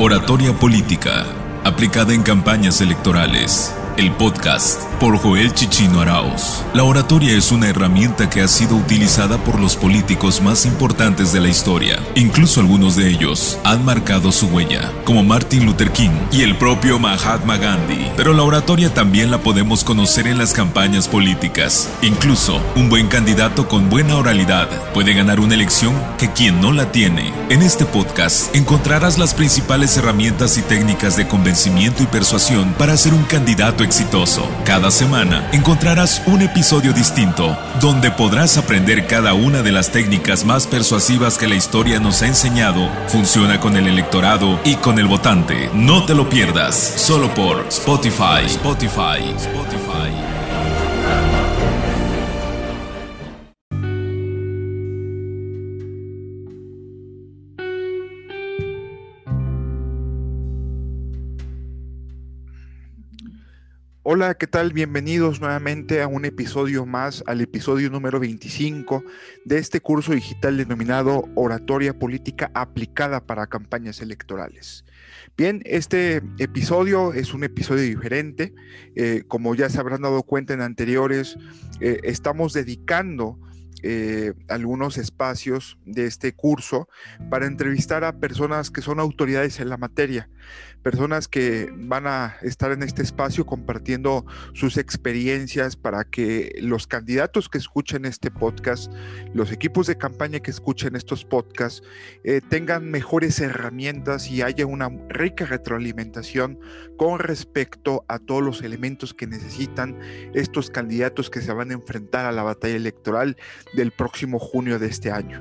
Oratoria política, aplicada en campañas electorales. El podcast por Joel Chichino Arauz. La oratoria es una herramienta que ha sido utilizada por los políticos más importantes de la historia. Incluso algunos de ellos han marcado su huella, como Martin Luther King y el propio Mahatma Gandhi. Pero la oratoria también la podemos conocer en las campañas políticas. Incluso un buen candidato con buena oralidad puede ganar una elección que quien no la tiene. En este podcast encontrarás las principales herramientas y técnicas de convencimiento y persuasión para ser un candidato exitoso. Cada semana encontrarás un episodio distinto, donde podrás aprender cada una de las técnicas más persuasivas que la historia nos ha enseñado. Funciona con el electorado y con el votante. No te lo pierdas, solo por Spotify. Hola, ¿qué tal? Bienvenidos nuevamente a un episodio más, al episodio número 25 de este curso digital denominado Oratoria Política aplicada para campañas electorales. Bien, este episodio es un episodio diferente. Como ya se habrán dado cuenta en anteriores, estamos dedicando algunos espacios de este curso para entrevistar a personas que son autoridades en la materia, personas que van a estar en este espacio compartiendo sus experiencias para que los candidatos que escuchen este podcast, los equipos de campaña que escuchen estos podcasts, tengan mejores herramientas y haya una rica retroalimentación con respecto a todos los elementos que necesitan estos candidatos que se van a enfrentar a la batalla electoral del próximo junio de este año.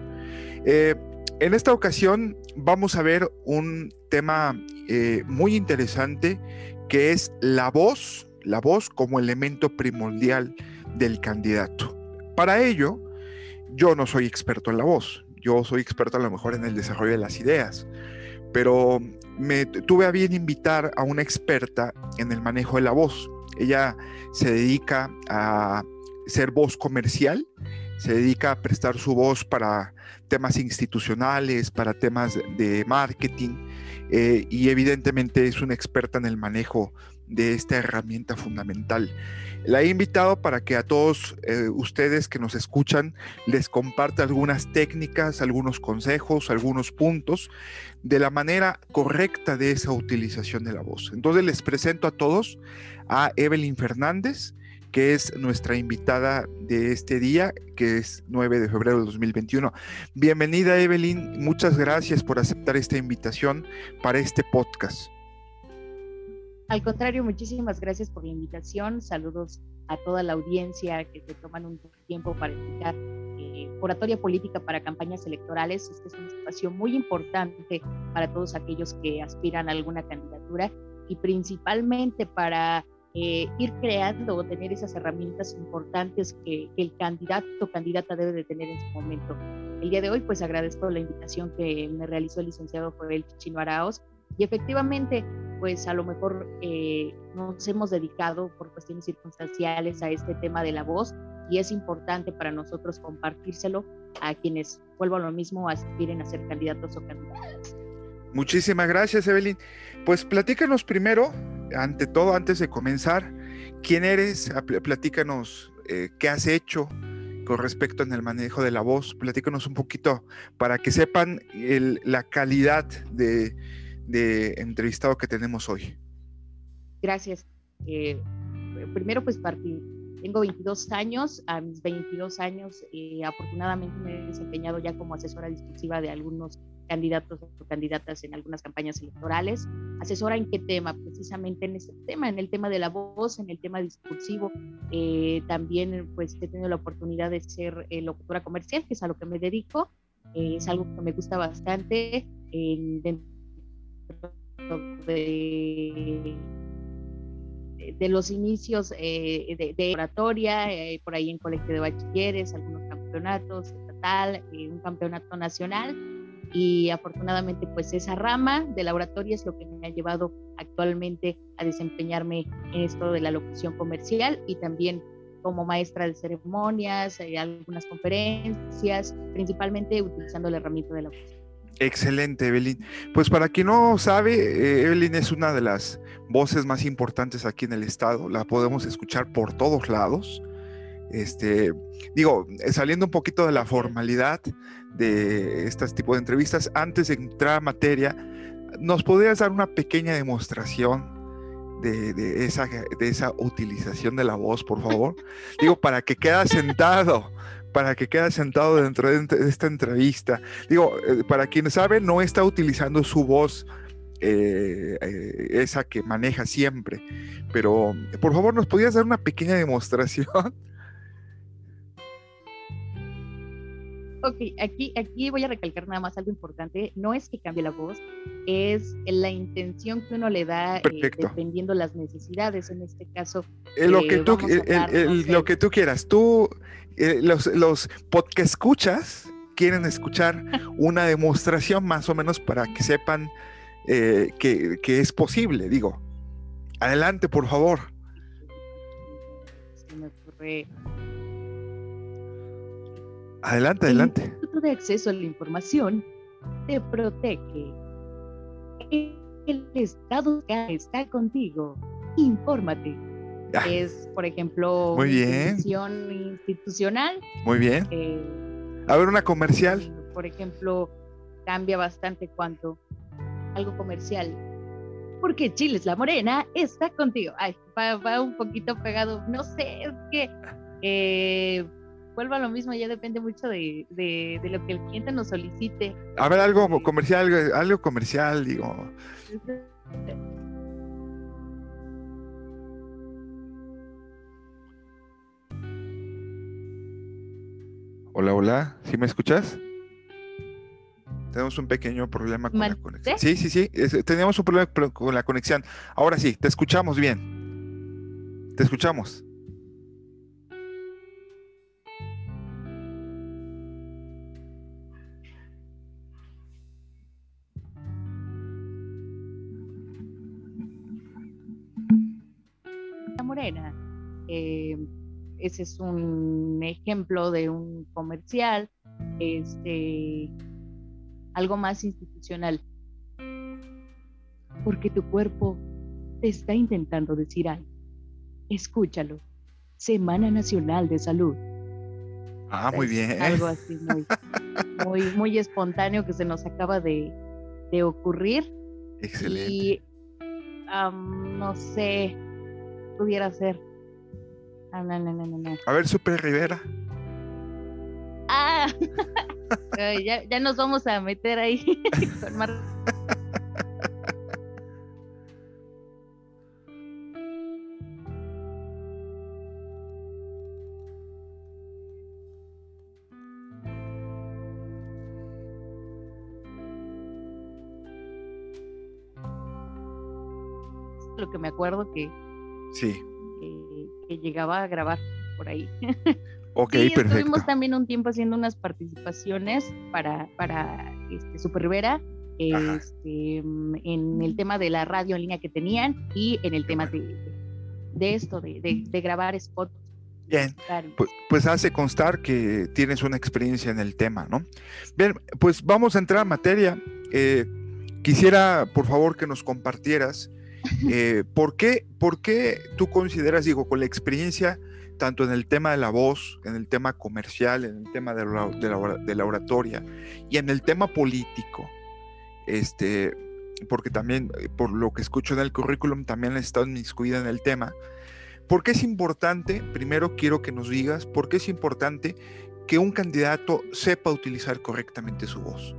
En esta ocasión vamos a ver un tema muy interesante, que es la voz como elemento primordial del candidato. Para ello, yo no soy experto en la voz, yo soy experto a lo mejor en el desarrollo de las ideas, pero me tuve a bien invitar a una experta en el manejo de la voz. Ella se dedica a ser voz comercial, se dedica a prestar su voz para temas institucionales, para temas de marketing, y evidentemente es una experta en el manejo de esta herramienta fundamental. La he invitado para que a todos ustedes que nos escuchan les comparta algunas técnicas, algunos consejos, algunos puntos de la manera correcta de esa utilización de la voz. Entonces les presento a todos a Evelyn Fernández, que es nuestra invitada de este día, que es 9 de febrero de 2021. Bienvenida, Evelyn, muchas gracias por aceptar esta invitación para este podcast. Al contrario, muchísimas gracias por la invitación. Saludos a toda la audiencia que se toman un tiempo para explicar oratoria política para campañas electorales. Este es un espacio muy importante para todos aquellos que aspiran a alguna candidatura y principalmente para ir creando o tener esas herramientas importantes que el candidato o candidata debe de tener en su momento. El día de hoy pues agradezco la invitación que me realizó el licenciado Joel Chichino Arauz y efectivamente pues a lo mejor nos hemos dedicado por cuestiones circunstanciales a este tema de la voz y es importante para nosotros compartírselo a quienes, vuelvo a lo mismo, aspiren a ser candidatos o candidatas. Muchísimas gracias, Evelyn. Pues platícanos primero, ante todo, antes de comenzar, ¿quién eres? Platícanos qué has hecho con respecto en el manejo de la voz. Platícanos un poquito para que sepan la calidad de entrevistado que tenemos hoy. Gracias. Primero pues tengo 22 años, a mis 22 años afortunadamente me he desempeñado ya como asesora discursiva de algunos candidatos o candidatas en algunas campañas electorales. ¿Asesora en qué tema? Precisamente en ese tema, en el tema de la voz, en el tema discursivo. También pues he tenido la oportunidad de ser locutora comercial, que es a lo que me dedico. Es algo que me gusta bastante dentro de los inicios de oratoria, por ahí en colegio de bachilleres, algunos campeonatos estatal, un campeonato nacional, y afortunadamente pues esa rama de la oratoria es lo que me ha llevado actualmente a desempeñarme en esto de la locución comercial y también como maestra de ceremonias, algunas conferencias, principalmente utilizando la herramienta de la voz. Excelente, Evelyn. Pues para quien no sabe, Evelyn es una de las voces más importantes aquí en el estado. La podemos escuchar por todos lados. Saliendo un poquito de la formalidad de este tipo de entrevistas, antes de entrar a materia, ¿nos podrías dar una pequeña demostración de esa utilización de la voz, por favor? Digo, para que quede sentado dentro de esta entrevista. Digo, para quien sabe, no está utilizando su voz, esa que maneja siempre, pero por favor, ¿nos podrías dar una pequeña demostración? Ok, aquí voy a recalcar nada más algo importante. No es que cambie la voz, es la intención que uno le da, dependiendo las necesidades. En este caso, lo que tú quieras. Los podcast escuchas quieren escuchar una demostración más o menos para que sepan que es posible. Digo, adelante, por favor. Se me ocurre. Adelante. El Instituto de Acceso a la Información te protege. El Estado está contigo. Infórmate. Es, por ejemplo, muy bien. Una institución institucional. Muy bien. A ver, una comercial. Por ejemplo, cambia bastante cuanto algo comercial. Porque Chiles La Morena está contigo. Ay, va un poquito pegado. No sé, es que vuelvo a lo mismo, ya depende mucho de lo que el cliente nos solicite. A ver, algo comercial, digo. Hola, ¿sí me escuchas? Tenemos un pequeño problema con la conexión. Sí, teníamos un problema con la conexión. Ahora sí, te escuchamos bien. Te escuchamos. Morena. Ese es un ejemplo de un comercial, algo más institucional. Porque tu cuerpo te está intentando decir algo. Escúchalo. Semana Nacional de Salud. Muy bien. Algo así muy espontáneo que se nos acaba de ocurrir. Excelente. Y no sé, pudiera ser. No. A ver, Super Rivera. Ya nos vamos a meter ahí con más. Lo que me acuerdo que sí. Que llegaba a grabar por ahí. Ok, sí, perfecto. Estuvimos también un tiempo haciendo unas participaciones para Super Rivera, en el tema de la radio en línea que tenían y en el tema de esto, de grabar spots. Bien, pues hace constar que tienes una experiencia en el tema, ¿no? Bien, pues vamos a entrar a materia. Quisiera, por favor, que nos compartieras ¿por qué tú consideras, digo, con la experiencia tanto en el tema de la voz, en el tema comercial, en el tema de la oratoria y en el tema político, porque también, por lo que escucho en el currículum, también has estado inmiscuida en el tema? ¿Por qué es importante? Primero quiero que nos digas por qué es importante que un candidato sepa utilizar correctamente su voz.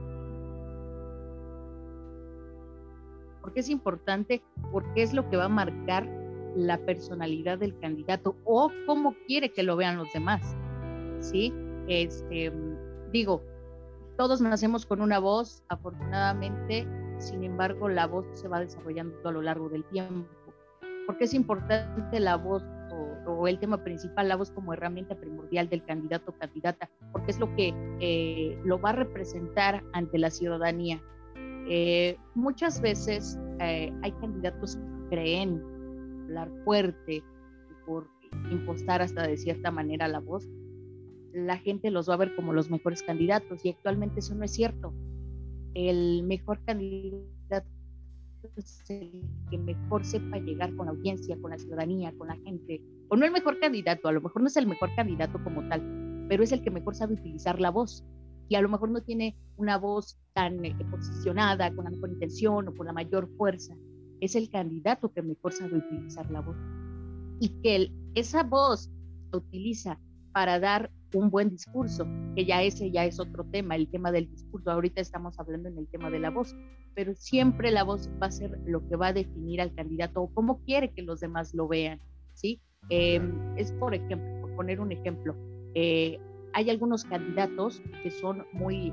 Porque es importante, porque es lo que va a marcar la personalidad del candidato o cómo quiere que lo vean los demás, ¿sí? Digo, todos nacemos con una voz, afortunadamente, sin embargo, la voz se va desarrollando a lo largo del tiempo. Porque es importante la voz o el tema principal, la voz como herramienta primordial del candidato o candidata, porque es lo que lo va a representar ante la ciudadanía. Muchas veces hay candidatos que creen hablar fuerte por impostar hasta de cierta manera la voz. La gente los va a ver como los mejores candidatos y actualmente eso no es cierto. el mejor candidato es el que mejor sepa llegar con la audiencia, con la ciudadanía, con la gente, o no el mejor candidato, a lo mejor no es el mejor candidato como tal, pero es el que mejor sabe utilizar la voz, y a lo mejor no tiene una voz tan posicionada, con la mejor intención o con la mayor fuerza, es el candidato que mejor sabe utilizar la voz, y que esa voz se utiliza para dar un buen discurso, que ese ya es otro tema, el tema del discurso. Ahorita estamos hablando en el tema de la voz, pero siempre la voz va a ser lo que va a definir al candidato o cómo quiere que los demás lo vean, ¿sí? Es por ejemplo, por poner un ejemplo, hay algunos candidatos que son muy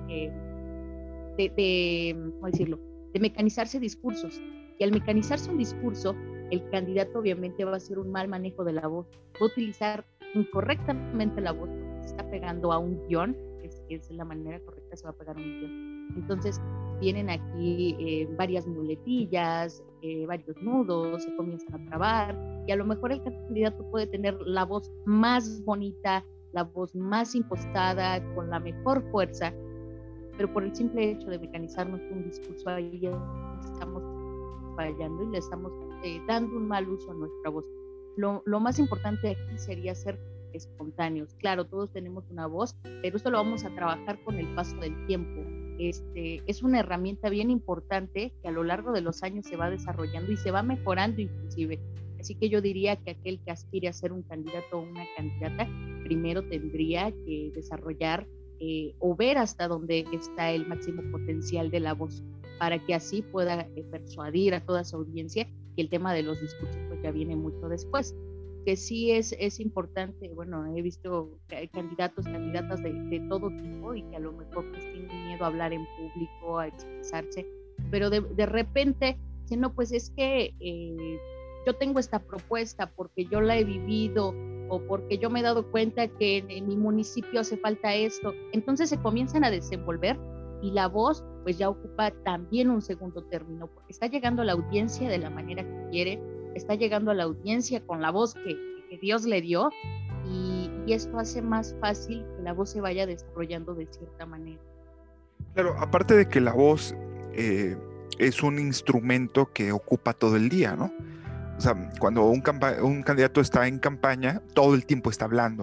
¿cómo decirlo? De mecanizarse discursos, y al mecanizarse un discurso, el candidato obviamente va a hacer un mal manejo de la voz, va a utilizar incorrectamente la voz, porque se está pegando a un guión, es la manera correcta, se va a pegar a un guión. Entonces vienen aquí varias muletillas, varios nudos, se comienzan a trabar, y a lo mejor el candidato puede tener la voz más bonita, la voz más impostada, con la mejor fuerza, pero por el simple hecho de mecanizar un discurso, ahí ya estamos fallando y le estamos dando un mal uso a nuestra voz. Lo más importante aquí sería ser espontáneos. Claro, todos tenemos una voz, pero esto lo vamos a trabajar con el paso del tiempo. Es una herramienta bien importante que a lo largo de los años se va desarrollando y se va mejorando inclusive. Así que yo diría que aquel que aspire a ser un candidato o una candidata, primero tendría que desarrollar o ver hasta dónde está el máximo potencial de la voz, para que así pueda persuadir a toda su audiencia, que el tema de los discursos pues ya viene mucho después. Que sí es importante, bueno, he visto candidatos, candidatas de todo tipo y que a lo mejor pues tienen miedo a hablar en público, a expresarse, pero de repente, si no, pues es que yo tengo esta propuesta porque yo la he vivido o porque yo me he dado cuenta que en mi municipio hace falta esto, entonces se comienzan a desenvolver y la voz pues ya ocupa también un segundo término, porque está llegando a la audiencia de la manera que quiere, está llegando a la audiencia con la voz que Dios le dio, y esto hace más fácil que la voz se vaya desarrollando de cierta manera. Claro, aparte de que la voz es un instrumento que ocupa todo el día, ¿no? O sea, cuando un candidato está en campaña, todo el tiempo está hablando.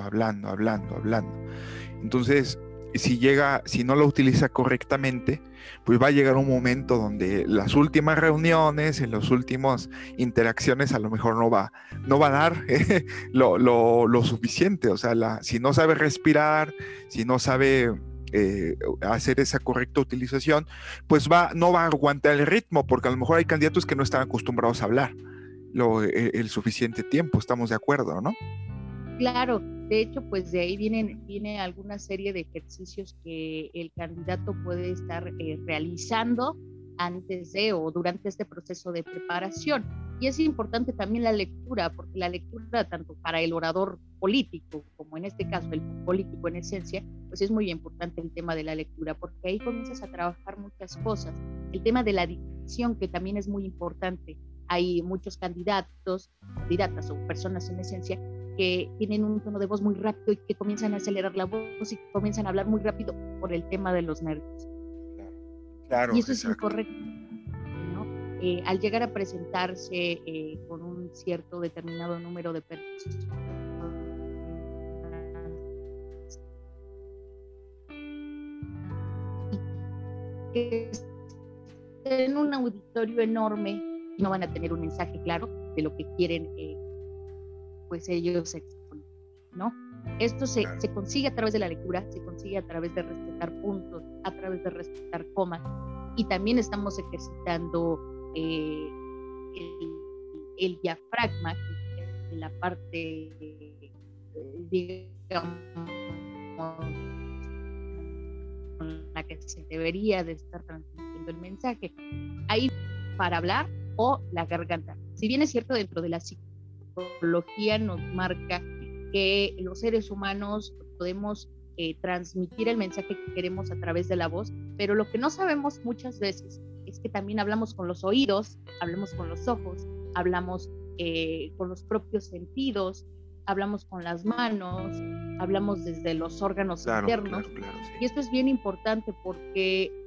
Entonces, si no lo utiliza correctamente, pues va a llegar un momento donde las últimas reuniones, en las últimas interacciones, a lo mejor no va a dar lo suficiente. O sea, si no sabe respirar, si no sabe hacer esa correcta utilización, pues no va a aguantar el ritmo, porque a lo mejor hay candidatos que no están acostumbrados a hablar el suficiente tiempo. Estamos de acuerdo, ¿no? Claro, de hecho, pues de ahí viene alguna serie de ejercicios que el candidato puede estar realizando antes de o durante este proceso de preparación. Y es importante también la lectura, porque la lectura, tanto para el orador político, como en este caso el político en esencia, pues es muy importante el tema de la lectura, porque ahí comienzas a trabajar muchas cosas. El tema de la dicción, que también es muy importante. Hay muchos candidatas o personas en esencia que tienen un tono de voz muy rápido y que comienzan a acelerar la voz y comienzan a hablar muy rápido por el tema de los nervios. Claro, y eso exacto. Es incorrecto, ¿no? Al llegar a presentarse con un cierto determinado número de personas que estén en un auditorio enorme y no van a tener un mensaje claro de lo que quieren pues ellos exponen, ¿no? Esto se consigue a través de la lectura, se consigue a través de respetar puntos, a través de respetar comas, y también estamos ejercitando el diafragma en la parte, digamos, con la que se debería de estar transmitiendo el mensaje. Ahí para hablar, o la garganta. Si bien es cierto, dentro de la psicología nos marca que los seres humanos podemos transmitir el mensaje que queremos a través de la voz, pero lo que no sabemos muchas veces es que también hablamos con los oídos, hablamos con los ojos, hablamos con los propios sentidos, hablamos con las manos, hablamos desde los órganos internos. Claro, sí. Y esto es bien importante porque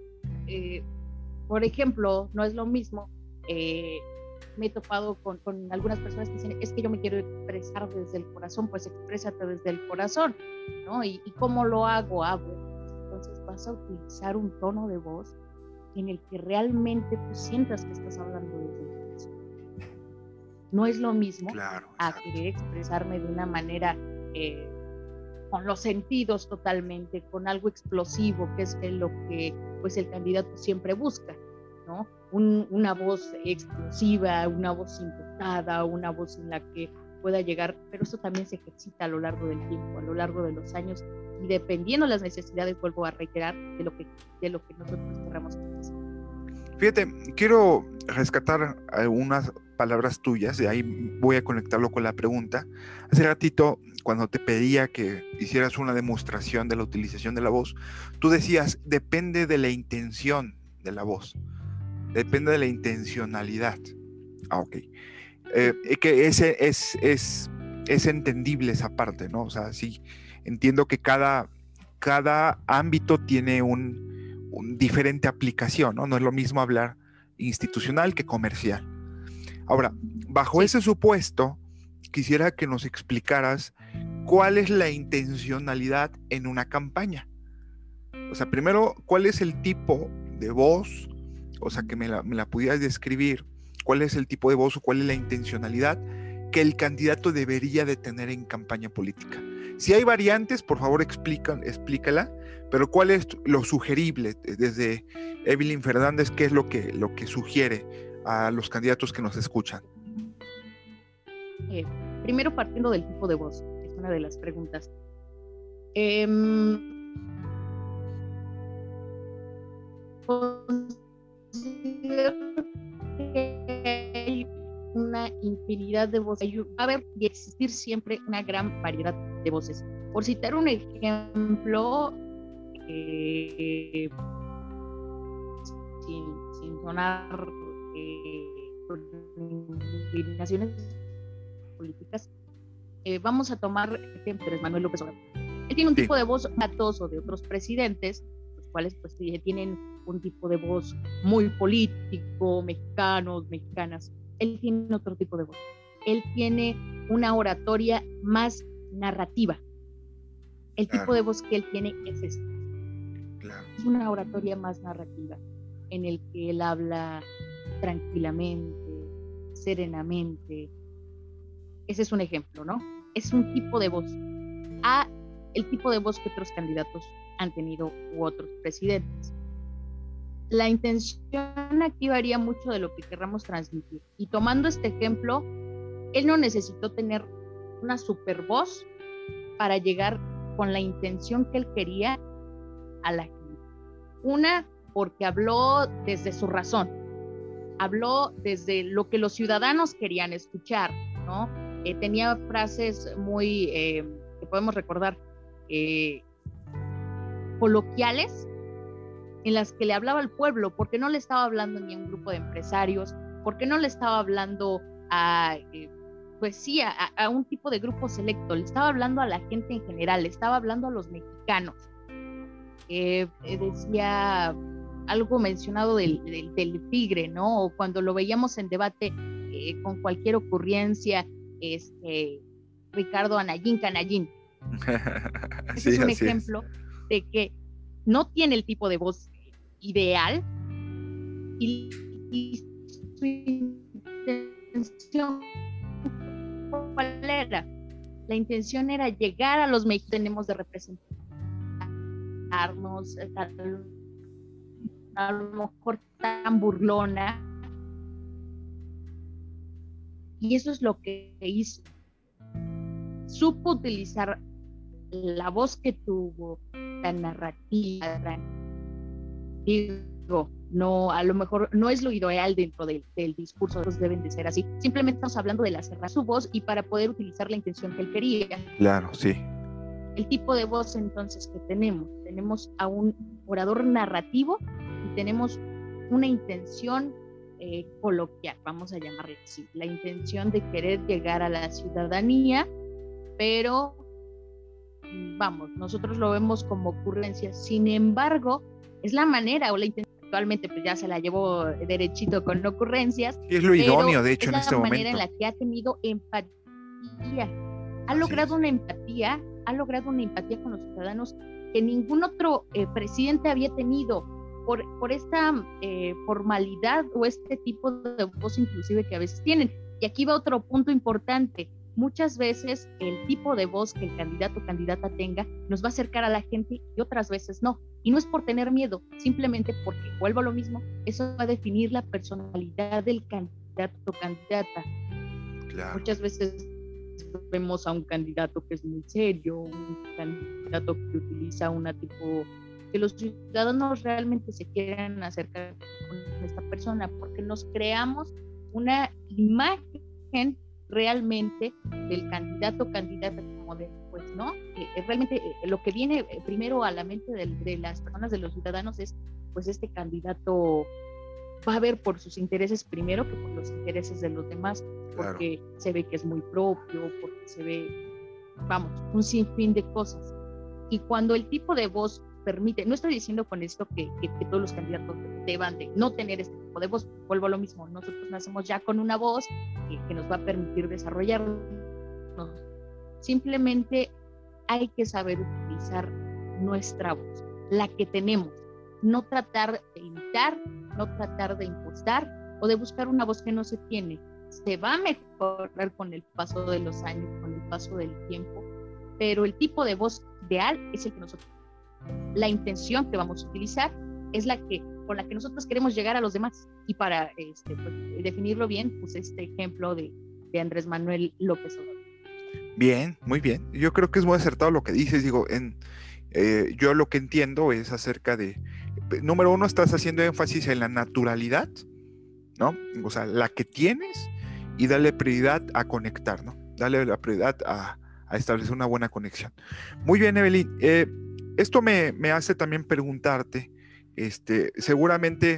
por ejemplo, no es lo mismo, me he topado con algunas personas que dicen, es que yo me quiero expresar desde el corazón, pues exprésate desde el corazón, ¿no? ¿Y cómo lo hago? Bueno, entonces vas a utilizar un tono de voz en el que realmente tú sientas que estás hablando desde el corazón. No es lo mismo a querer expresarme de una manera con los sentidos totalmente, con algo explosivo, que es lo que pues el candidato siempre busca, ¿no? Una voz explosiva, una voz imputada, una voz en la que pueda llegar, pero eso también se ejercita a lo largo del tiempo, a lo largo de los años, y dependiendo de las necesidades, vuelvo a reiterar, de lo que nosotros queramos hacer. Fíjate, quiero rescatar algunas palabras tuyas, y ahí voy a conectarlo con la pregunta. Hace ratito, cuando te pedía que hicieras una demostración de la utilización de la voz, tú decías, depende de la intención de la voz, depende de la intencionalidad. Ok. Que es entendible esa parte, ¿no? O sea, sí, entiendo que cada ámbito tiene un diferente aplicación, ¿no? No es lo mismo hablar institucional que comercial. Ahora, bajo ese supuesto, quisiera que nos explicaras cuál es la intencionalidad en una campaña. O sea, primero, ¿cuál es el tipo de voz? O sea, que me la pudieras describir. ¿Cuál es el tipo de voz o cuál es la intencionalidad que el candidato debería de tener en campaña política? Si hay variantes, por favor explícala, pero ¿cuál es lo sugerible desde Evelyn Fernández? ¿Qué es lo que sugiere a los candidatos que nos escuchan? Primero, partiendo del tipo de voz, es una de las preguntas. Hay una infinidad de voces. Va a haber y existir siempre una gran variedad de voces. Por citar un ejemplo, sin sonar inclinaciones políticas, vamos a tomar el ejemplo de Manuel López Obrador. Él tiene un tipo de voz matoso de otros presidentes, los cuales pues tienen un tipo de voz muy político, mexicanos, mexicanas. Él tiene otro tipo de voz. Él tiene una oratoria más narrativa. El tipo de voz que él tiene es este. Es una oratoria más narrativa, en el que él habla tranquilamente, serenamente. Ese es un ejemplo, ¿no? Es un tipo de voz. El tipo de voz que otros candidatos han tenido u otros presidentes. La intención aquí varía mucho de lo que querramos transmitir. Y tomando este ejemplo, él no necesitó tener una super voz para llegar con la intención que él quería a la gente. Una, porque habló desde su razón, habló desde lo que los ciudadanos querían escuchar, ¿no? Tenía frases muy, que podemos recordar, coloquiales, en las que le hablaba al pueblo, porque no le estaba hablando ni a un grupo de empresarios, porque no le estaba hablando a un tipo de grupo selecto, le estaba hablando a la gente en general, le estaba hablando a los mexicanos. Decía algo mencionado del tigre, ¿no? O cuando lo veíamos en debate con cualquier ocurrencia, Ricardo Anayín Canallín. Ese es un ejemplo de que no tiene el tipo de voz ideal y su intención, ¿cuál era? La intención era llegar a los mexicanos. Tenemos de representarnos, a lo mejor tan burlona, y eso es lo que hizo. Supo utilizar la voz que tuvo, la narrativa, digo, no, a lo mejor no es lo ideal dentro del discurso, todos deben de ser así. Simplemente estamos hablando de la cerrar su voz y para poder utilizar la intención que él quería. Claro, sí. El tipo de voz entonces que tenemos a un orador narrativo y tenemos una intención coloquial, vamos a llamarle así, la intención de querer llegar a la ciudadanía, pero vamos, nosotros lo vemos como ocurrencia. Sin embargo, es la manera o la intención actualmente pues ya se la llevó derechito con ocurrencias. Y es lo idóneo, de hecho, en este momento. Es la manera en la que ha tenido empatía. Ha logrado una empatía con los ciudadanos que ningún otro presidente había tenido por esta formalidad o este tipo de voz inclusive que a veces tienen. Y aquí va otro punto importante. Muchas veces el tipo de voz que el candidato o candidata tenga nos va a acercar a la gente y otras veces no. Y no es por tener miedo, simplemente porque, vuelvo a lo mismo, eso va a definir la personalidad del candidato o candidata. Claro. Muchas veces vemos a un candidato que es muy serio, un candidato que utiliza una tipo que los ciudadanos realmente se quieren acercar con esta persona porque nos creamos una imagen realmente del candidato o candidata como de, pues, ¿no? Realmente lo que viene primero a la mente de las personas, de los ciudadanos, es, pues, este candidato va a ver por sus intereses primero que por los intereses de los demás, porque claro, se ve que es muy propio, porque se ve, vamos, un sinfín de cosas. Y cuando el tipo de voz permite, no estoy diciendo con esto que todos los candidatos deban de no tener este tipo de voz, vuelvo a lo mismo, nosotros nacemos ya con una voz que nos va a permitir desarrollarnos. Simplemente hay que saber utilizar nuestra voz, la que tenemos, no tratar de imitar, no tratar de impostar o de buscar una voz que no se tiene. Se va a mejorar con el paso de los años, con el paso del tiempo, pero el tipo de voz ideal es el que nosotros, la intención que vamos a utilizar es la que, con la que nosotros queremos llegar a los demás. Y para pues, definirlo bien, pues este ejemplo de Andrés Manuel López Obrador. Bien, muy bien. Yo creo que es muy acertado lo que dices. Digo, yo lo que entiendo es acerca de, número uno, estás haciendo énfasis en la naturalidad, ¿no? O sea, la que tienes, y darle prioridad a conectar, ¿no? Darle la prioridad a establecer una buena conexión. Muy bien, Evelyn. Esto me hace también preguntarte, seguramente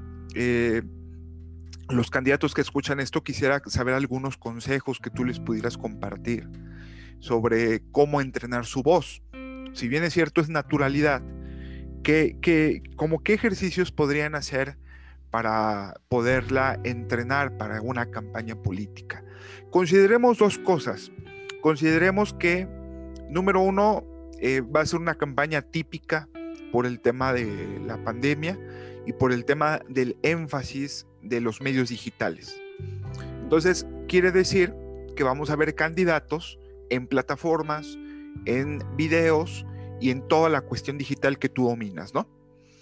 los candidatos que escuchan esto, quisiera saber algunos consejos que tú les pudieras compartir sobre cómo entrenar su voz. Si bien es cierto, es naturalidad, ¿qué ejercicios podrían hacer para poderla entrenar para una campaña política? Consideremos dos cosas. Consideremos que, número uno, va a ser una campaña típica por el tema de la pandemia y por el tema del énfasis de los medios digitales. Entonces, quiere decir que vamos a ver candidatos en plataformas, en videos y en toda la cuestión digital que tú dominas, ¿no?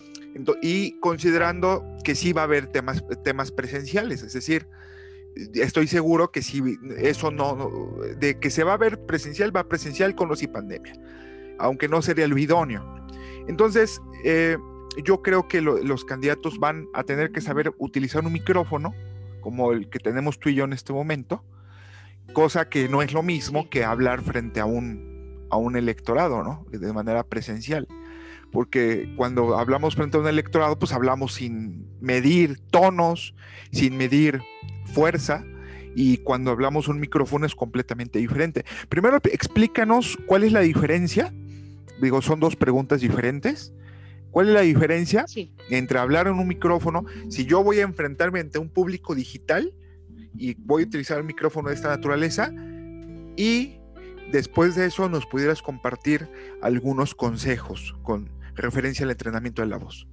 Y considerando que sí va a haber temas presenciales, es decir, estoy seguro que si eso de que se va a ver presencial, va presencial con o sin pandemia, aunque no sería lo idóneo. Entonces, yo creo que los candidatos van a tener que saber utilizar un micrófono, como el que tenemos tú y yo en este momento, cosa que no es lo mismo que hablar frente a un electorado, ¿no? De manera presencial. Porque cuando hablamos frente a un electorado, pues hablamos sin medir tonos, sin medir fuerza, y cuando hablamos un micrófono es completamente diferente. Primero, explícanos cuál es la diferencia. Digo, son dos preguntas diferentes. ¿Cuál es la diferencia entre hablar en un micrófono? Si yo voy a enfrentarme ante un público digital y voy a utilizar un micrófono de esta naturaleza, y después de eso nos pudieras compartir algunos consejos con referencia al entrenamiento de la voz.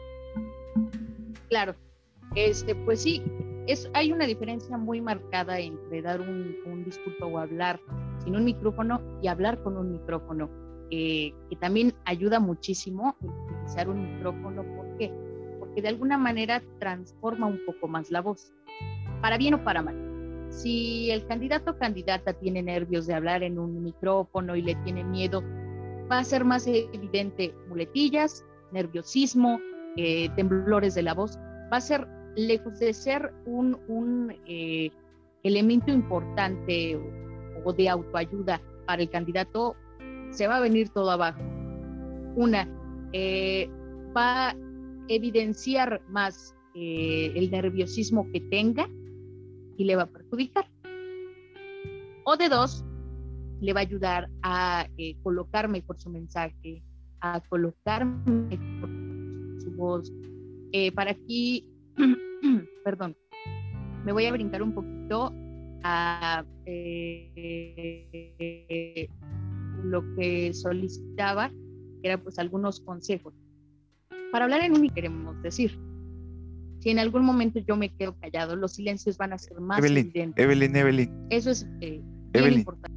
Claro, pues sí, hay una diferencia muy marcada entre dar un discurso o hablar sin un micrófono y hablar con un micrófono, que también ayuda muchísimo utilizar un micrófono. ¿Por qué? Porque de alguna manera transforma un poco más la voz, para bien o para mal. Si el candidato o candidata tiene nervios de hablar en un micrófono y le tiene miedo, va a ser más evidente muletillas, nerviosismo, temblores de la voz. Va a ser, lejos de ser un elemento importante o de autoayuda para el candidato, se va a venir todo abajo. Va a evidenciar más el nerviosismo que tenga y le va a perjudicar. O de dos, le va a ayudar a colocar mejor su mensaje, a colocar mejor su voz, Para aquí, perdón, me voy a brincar un poquito a lo que solicitaba, que era pues algunos consejos. Para hablar en un queremos decir, si en algún momento yo me quedo callado, los silencios van a ser más evidentes. Evelyn. Eso es bien Evelyn, importante.